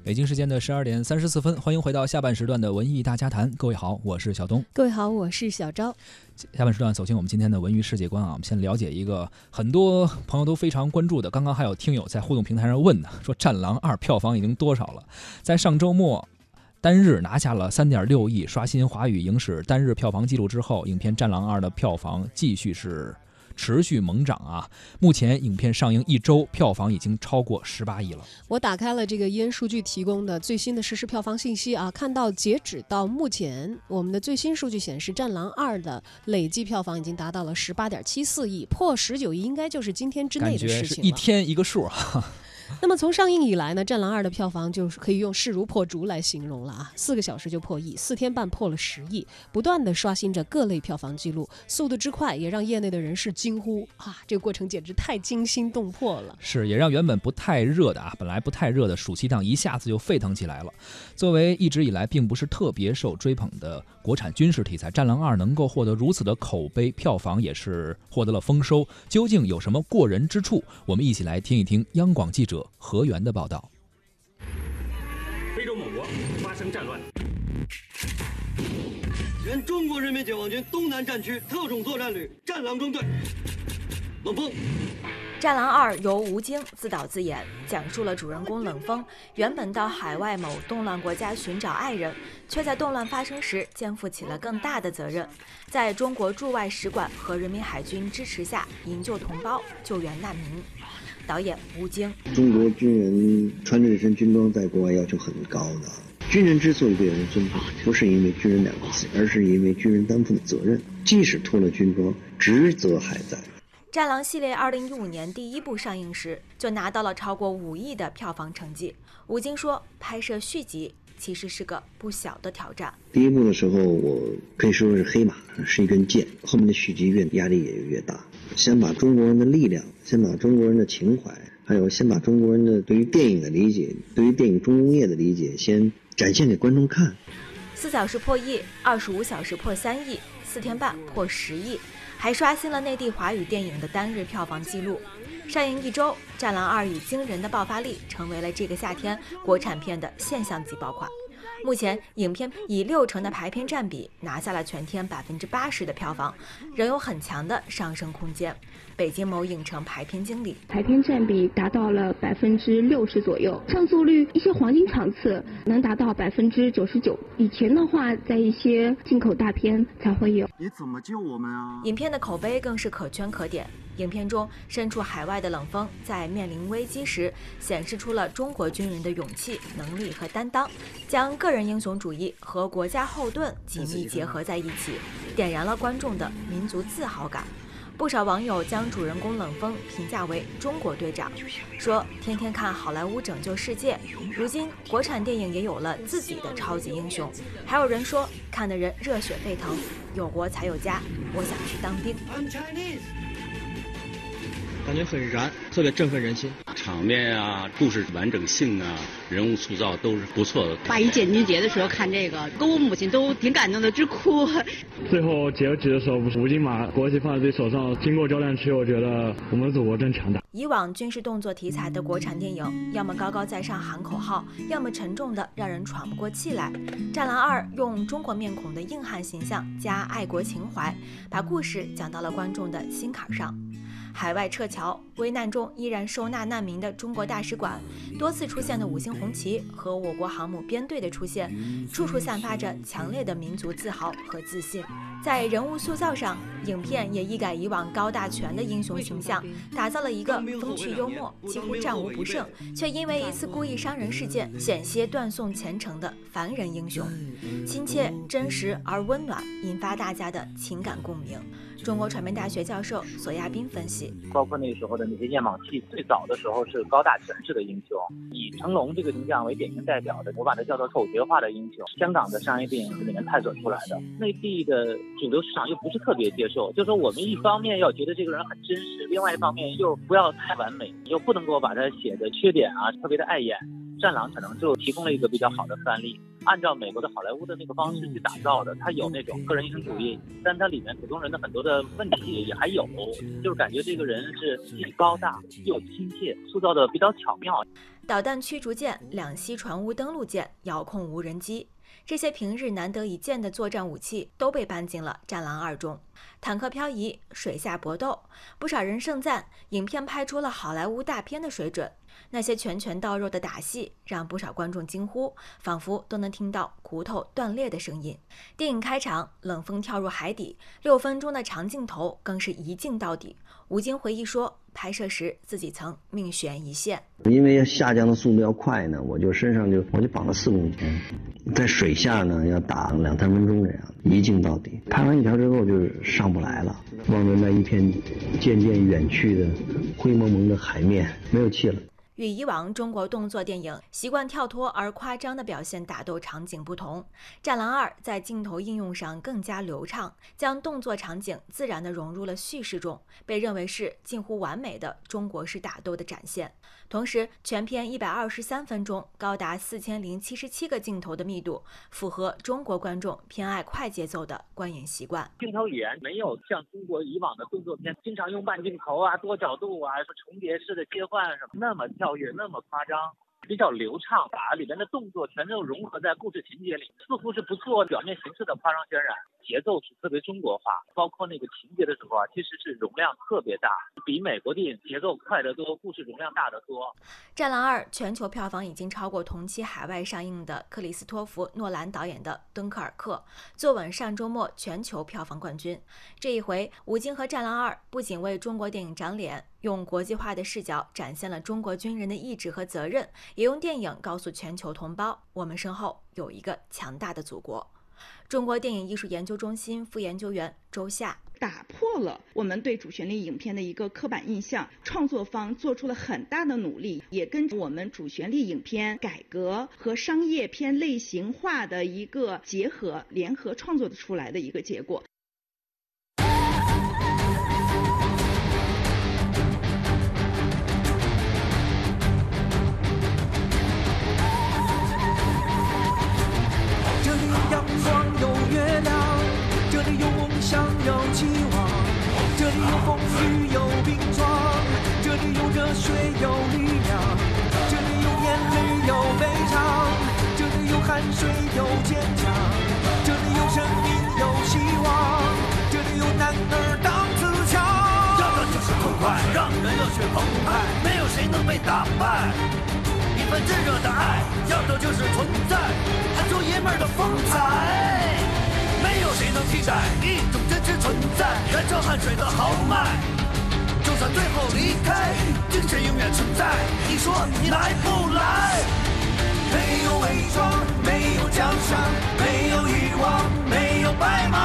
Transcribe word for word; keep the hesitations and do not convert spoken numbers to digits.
北京时间的十二点三十四分，欢迎回到下半时段的文艺大家谈。各位好，我是小东。 各位好，我是小昭。 下半时段走进我们今天的文娱世界观啊，我们先了解一个很多朋友都非常关注的。刚刚还有听友在互动平台上问呢，说《战狼二》票房已经多少了？在上周末单日拿下了 三点六亿，刷新华语影史单日票房纪录之后，影片《战狼二》的票房继续是持续猛涨啊！目前影片上映一周，票房已经超过十八亿了。 我打开了这个 E N 数据提供的最新的实时票房信息啊，看到截止到目前，我们的最新数据显示，《战狼二》的累计票房已经达到了十八点七四亿，破十九亿应该就是今天之内的事情了。 感觉是一天一个数啊。 那么从上映以来呢，《战狼二》的票房就是可以用势如破竹来形容了啊！四个小时就破亿，四天半破了十亿，不断的刷新着各类票房记录，速度之快也让业内的人士惊呼啊！这个过程简直太惊心动魄了。 是，也让原本不太热的啊，本来不太热的暑期档一下子就沸腾起来了。作为一直以来并不是特别受追捧的国产军事题材，《战狼二》能够获得如此的口碑，票房也是获得了丰收。究竟有什么过人之处？我们一起来听一听央广记者何源的报道。 非洲某国发生战乱， 原中国人民解放军东南战区特种作战旅战狼中队冷锋。 《战狼二》由吴京自导自演，讲述了主人公冷锋原本到海外某动乱国家寻找爱人，却在动乱发生时肩负起了更大的责任，在中国驻外使馆和人民海军支持下营救同胞、救援难民。导演吴京： 中国军人穿着这身军装在国外要求很高的，军人之所以被人尊重，不是因为军人两个字，而是因为军人担负的责任，即使脱了军装，职责还在。 战狼系列二零一五年第一部上映时就拿到了超过五亿的票房成绩。吴京说，拍摄续集其实是个不小的挑战。 第一部的时候，我可以说是黑马，是一根箭，后面的续集越压力也越大。先把中国人的力量，先把中国人的情怀，还有先把中国人的对于电影的理解，对于电影重工业的理解，先展现给观众看。 四小时破亿，二十五小时破三亿，四天半破十亿，还刷新了内地华语电影的单日票房纪录。上映一周，《战狼二》以惊人的爆发力成为了这个夏天国产片的现象级爆款。目前，影片以六成的排片占比拿下了全天百分之八十的票房，仍有很强的上升空间。北京某影城排片经理： 排片占比达到了百分之六十左右，上座率一些黄金场次能达到百分之九十九。以前的话，在一些进口大片才会有。 你怎么救我们啊？ 影片的口碑更是可圈可点。影片中身处海外的冷锋在面临危机时，显示出了中国军人的勇气、能力和担当，将个人英雄主义和国家后盾紧密结合在一起，点燃了观众的民族自豪感。不少网友将主人公冷锋评价为中国队长，说天天看好莱坞拯救世界，如今国产电影也有了自己的超级英雄。还有人说看得人热血沸腾，有国才有家，我想去当兵。 感觉很燃，特别振奋人心。 场面啊，故事完整性啊，人物塑造都是不错的。 八一建军节的时候看这个，跟我母亲都挺感动的，直哭。 最后结局的时候，吴京把国旗放在自己手上，经过交战之后，我觉得我们的祖国真强大。 以往军事动作题材的国产电影，要么高高在上喊口号，要么沉重的让人喘不过气来。《战狼二》用中国面孔的硬汉形象加爱国情怀，把故事讲到了观众的心坎上。海外撤侨，危难中依然收纳难民的中国大使馆，多次出现的五星红旗和我国航母编队的出现，处处散发着强烈的民族自豪和自信。在人物塑造上，影片也一改以往高大全的英雄形象，打造了一个风趣幽默、几乎战无不胜，却因为一次故意伤人事件险些断送前程的凡人英雄，亲切、真实而温暖，引发大家的情感共鸣。中国传媒大学教授索亚斌分析， 包括那时候的那些验网器，最早的时候是高大全式的英雄，以成龙这个形象为典型代表的，我把它叫做口诀化的英雄。香港的商业电影里面探索出来的，内地的主流市场又不是特别接受，就是说我们一方面要觉得这个人很真实，另外一方面又不要太完美，又不能够把他写的缺点啊特别的碍眼。战狼可能就提供了一个比较好的范例。 按照美国的好莱坞的那个方式去打造的，它有那种个人英雄主义，但它里面普通人的很多的问题也还有，就是感觉这个人是既高大又亲切，塑造的比较巧妙。 导弹驱逐舰、两栖船坞登陆舰、遥控无人机，这些平日难得一见的作战武器都被搬进了《战狼二》中。坦克漂移，水下搏斗，不少人盛赞影片拍出了好莱坞大片的水准。那些拳拳到肉的打戏让不少观众惊呼，仿佛都能听到骨头断裂的声音。电影开场，冷风跳入海底，六分钟的长镜头更是一镜到底。吴京回忆说，拍摄时自己曾命悬一线， 因为下降的速度要快呢，我就身上就我就绑了四公斤，在水下呢要打两三分钟这样，一镜到底。拍完一条之后就是上不来了，望着那一片渐渐远去的灰蒙蒙的海面，没有气了。 与以往中国动作电影习惯跳脱而夸张的表现打斗场景不同，《战狼二》在镜头应用上更加流畅，将动作场景自然地融入了叙事中，被认为是近乎完美的中国式打斗的展现。同时，全片一百二十三分钟，高达四千零七十七个镜头的密度，符合中国观众偏爱快节奏的观影习惯。 镜头语言没有像中国以往的动作片经常用慢镜头啊、多角度啊、什么重叠式的切换什么那么跳跃、那么夸张。比较流畅，把里面的动作全都融合在故事情节里，似乎是不做表面形式的夸张渲染，节奏是特别中国化，包括那个情节的时候啊，其实是容量特别大，比美国电影节奏快得多，故事容量大得多。 战狼二全球票房已经超过同期海外上映的克里斯托弗·诺兰导演的《敦刻尔克》，坐稳上周末全球票房冠军。这一回，吴京和战狼二不仅为中国电影长脸，用国际化的视角展现了中国军人的意志和责任，也用电影告诉全球同胞，我们身后有一个强大的祖国。中国电影艺术研究中心副研究员周夏打破了我们对主旋律影片的一个刻板印象，创作方做出了很大的努力，也跟我们主旋律影片改革和商业片类型化的一个结合，联合创作的出来的一个结果。 这里有阳光，有月亮，这里有梦想，有期望，这里有风雨，有冰霜，这里有热血，有力量，这里有眼泪，有悲伤，这里有汗水，有坚强，这里有生命，有希望，这里有男儿当自强。要的就是痛快，让人热血澎湃，没有谁能被打败。一份炙热的爱，要的就是存在，喊出爷们儿的风采。没有谁能替代一种真实存在，燃烧汗水的豪迈。就算最后离开，精神永远存在。你说你来不来？没有伪装，没有奖赏，没有欲望，没有白马。